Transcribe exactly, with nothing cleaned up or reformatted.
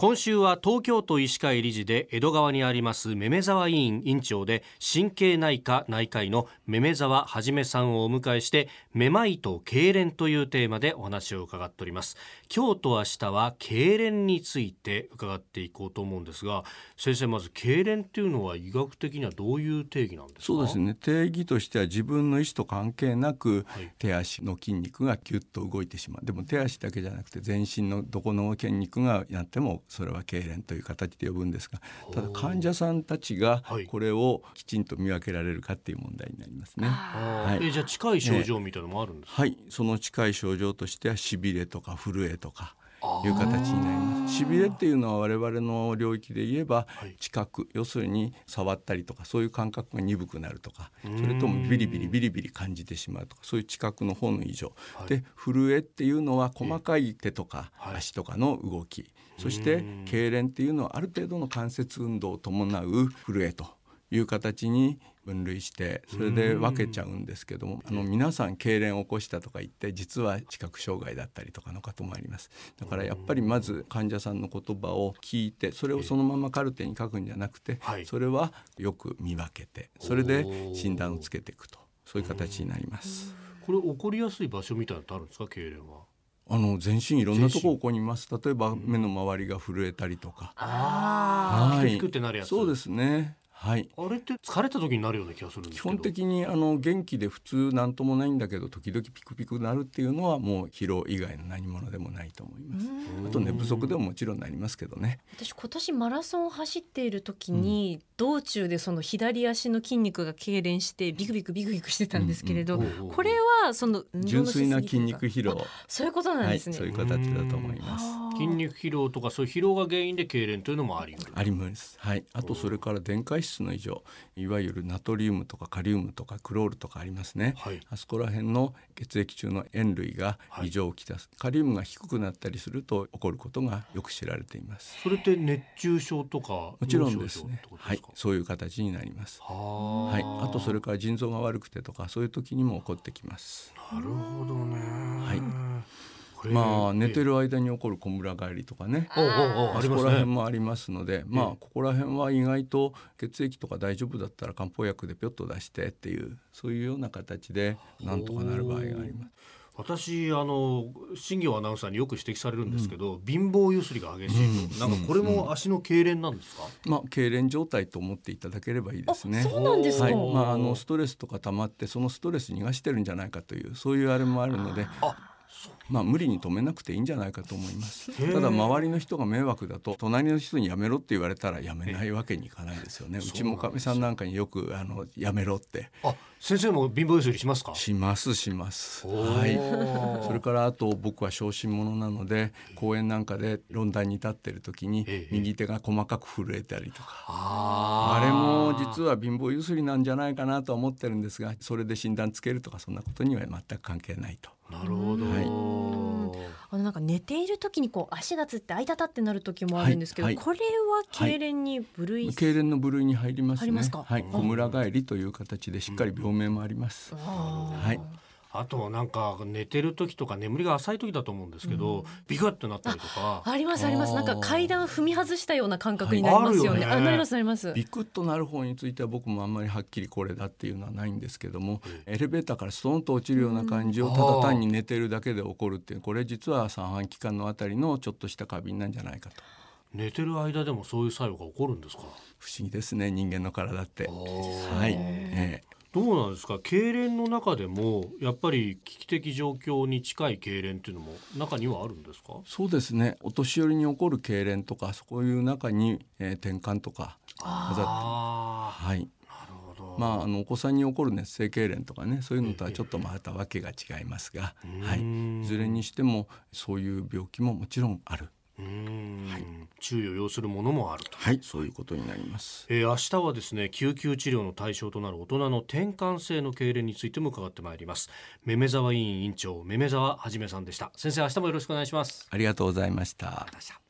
今週は東京都医師会理事で江戸川にありますめめ沢医院院長で神経内科内科医のめめ沢はじめさんをお迎えして、めまいと痙攣というテーマでお話を伺っております。今日と明日は痙攣について伺っていこうと思うんですが、先生、まず痙攣っていうのは医学的にはどういう定義なんですか？ そうですね、定義としては自分の意思と関係なく、はい、手足の筋肉がキュッと動いてしまう。でも手足だけじゃなくて全身のどこの筋肉がやってもそれは痙攣という形で呼ぶんですが、ただ患者さんたちがこれをきちんと見分けられるかっていう問題になりますね。 はい、えじゃあ近い症状みたいなのもあるんですか？ はい、その近い症状としてはしびれとか震えとかいう形になります。しびれっていうのは我々の領域で言えば知覚、はい、要するに触ったりとかそういう感覚が鈍くなるとか、それともビリビリビリビリ感じてしまうとか、そういう知覚の方の異常、はい、で震えっていうのは細かい手とか足とかの動き、はい、そして痙攣っていうのはある程度の関節運動を伴う震えという形に分類して、それで分けちゃうんですけども、あの皆さん痙攣を起こしたとか言って実は知覚障害だったりとかの方もあります。だからやっぱりまず患者さんの言葉を聞いて、それをそのままカルテに書くんじゃなくて、それはよく見分けて、それで診断をつけていくと、そういう形になります。 これ起こりやすい場所みたいなのってあるんですか？痙攣はあの全身いろんなところ起こります。例えば目の周りが震えたりとか、 ああ、はい、ピクピクってなるやつ。 そうですね、はい、 あれって疲れた時になるような気がするんですけど、 基本的にあの元気で普通なんともないんだけど時々ピクピクなるっていうのはもう疲労以外の何物でもないと思います。あと寝不足でももちろんなりますけどね。 私今年マラソンを走っている時に、うん、道中でその左足の筋肉が痙攣してビクビクビクビクしてたんですけれど、うんうん、これはその純粋な筋肉疲労、 そういうことなんですね。 はい、そういう形だと思います。 筋肉疲労とかそういう疲労が原因で痙攣というのもあります。 あります、はい、あとそれから電解質の異常、いわゆるナトリウムとかカリウムとかクロールとかありますね、はい、あそこら辺の血液中の塩類が異常をきたす、はい、カリウムが低くなったりすると起こることがよく知られています。 それって熱中症とかもちろんですね、はい、そういう形になります。は、はい、あとそれから腎臓が悪くてとかそういう時にも起こってきます。 なるほどね、はい、 まあ、寝てる間に起こるこむら返りとかね、あそこら辺もありますので、まあ、ここら辺は意外と血液とか大丈夫だったら漢方薬でピョッと出してっていう、そういうような形でなんとかなる場合があります。 私あの新業アナウンサーによく指摘されるんですけど、うん、貧乏ゆすりが激しい、うん、なんかこれも足の痙攣なんですか？ うん、まあ、痙攣状態と思っていただければいいですね。 そうなんですか。 はい、まあ、あのストレスとか溜まってそのストレス逃がしてるんじゃないかというそういうあれもあるので、あまあ、無理に止めなくていいんじゃないかと思います。ただ周りの人が迷惑だと隣の人にやめろって言われたらやめないわけにいかないですよね。うちもかみさんなんかによくあのやめろって。 あ、先生も貧乏ゆすりしますか？ しますします、はい、それからあと僕は小心者なので講演なんかで論壇に立ってる時に右手が細かく震えたりとか、あれも実は貧乏ゆすりなんじゃないかなとは思ってるんですが、それで診断つけるとかそんなことには全く関係ないと。 なるほど、 はい、あのなんか寝ている時にこう足がつってあいたたってなる時もあるんですけど、はいはい、これは痙攣に部類、はい、 痙攣の部類に入りますね。 入りますか？ はい、こむら返りという形でしっかり病名もあります、うん、はい、 あとなんか寝てる時とか眠りが浅い時だと思うんですけど、うん、ビクッとなったりとかあ, ありますあります。なんか階段踏み外したような感覚になりますよね。はい、あ、なりますなります。 ビクッとなる方については僕もあんまりはっきりこれだっていうのはないんですけども、エレベーターからストーンと落ちるような感じをただ単に寝てるだけで起こるっていう、これ実は三半規管のあたりのちょっとした過敏なんじゃないかと。 寝てる間でもそういう作用が起こるんですか？ 不思議ですね、人間の体って。はい、えーどうなんですか？痙攣の中でもやっぱり危機的状況に近い痙攣っていうのも中にはあるんですか？ そうですね、お年寄りに起こる痙攣とかそういう中に、えー、転換とか混ざって、はい、なるほど。まあ、あのお子さんに起こる熱性痙攣とかね、そういうのとはちょっとまたわけが違いますが、えーはい、いずれにしてもそういう病気ももちろんある。 うーん、はい、注意を要するものもあると。 はい、そういうことになります。 えー、明日はですね、救急治療の対象となる大人の転換性の痙攣についても伺ってまいります。めめ沢医院院長めめ沢はじめさんでした。先生、明日もよろしくお願いします。 ありがとうございました。